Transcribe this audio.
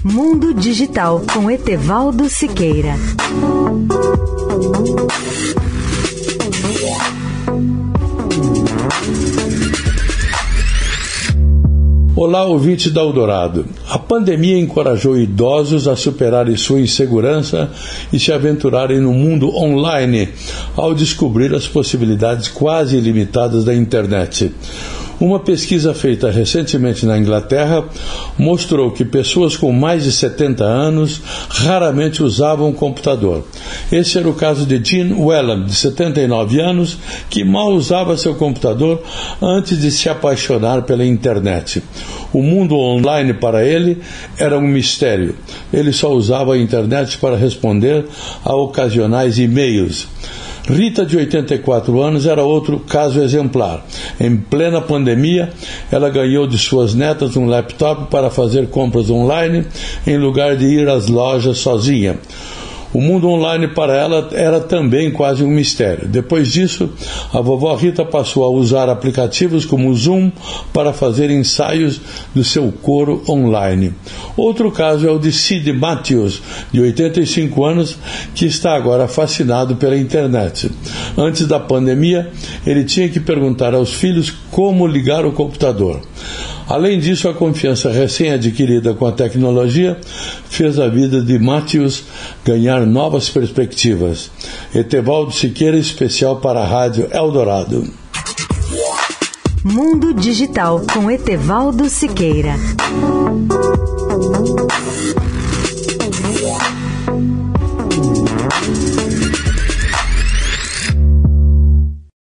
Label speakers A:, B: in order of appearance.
A: Mundo Digital com Etevaldo Siqueira.
B: Olá, ouvinte da Eldorado. A pandemia encorajou idosos a superarem sua insegurança e se aventurarem no mundo online ao descobrir as possibilidades quase ilimitadas da internet. Uma pesquisa feita recentemente na Inglaterra mostrou que pessoas com mais de 70 anos raramente usavam o computador. Esse era o caso de Jean Whelan, de 79 anos, que mal usava seu computador antes de se apaixonar pela internet. O mundo online para ele era um mistério. Ele só usava a internet para responder a ocasionais e-mails. Rita, de 84 anos, era outro caso exemplar. Em plena pandemia, ela ganhou de suas netas um laptop para fazer compras online, em lugar de ir às lojas sozinha. O mundo online para ela era também quase um mistério. Depois disso, a vovó Rita passou a usar aplicativos como o Zoom para fazer ensaios do seu coro online. Outro caso é o de Sid Matthews, de 85 anos, que está agora fascinado pela internet. Antes da pandemia, ele tinha que perguntar aos filhos como ligar o computador. Além disso, a confiança recém-adquirida com a tecnologia fez a vida de Matthews ganhar novas perspectivas. Etevaldo Siqueira, especial para a Rádio Eldorado.
A: Mundo Digital com Etevaldo Siqueira.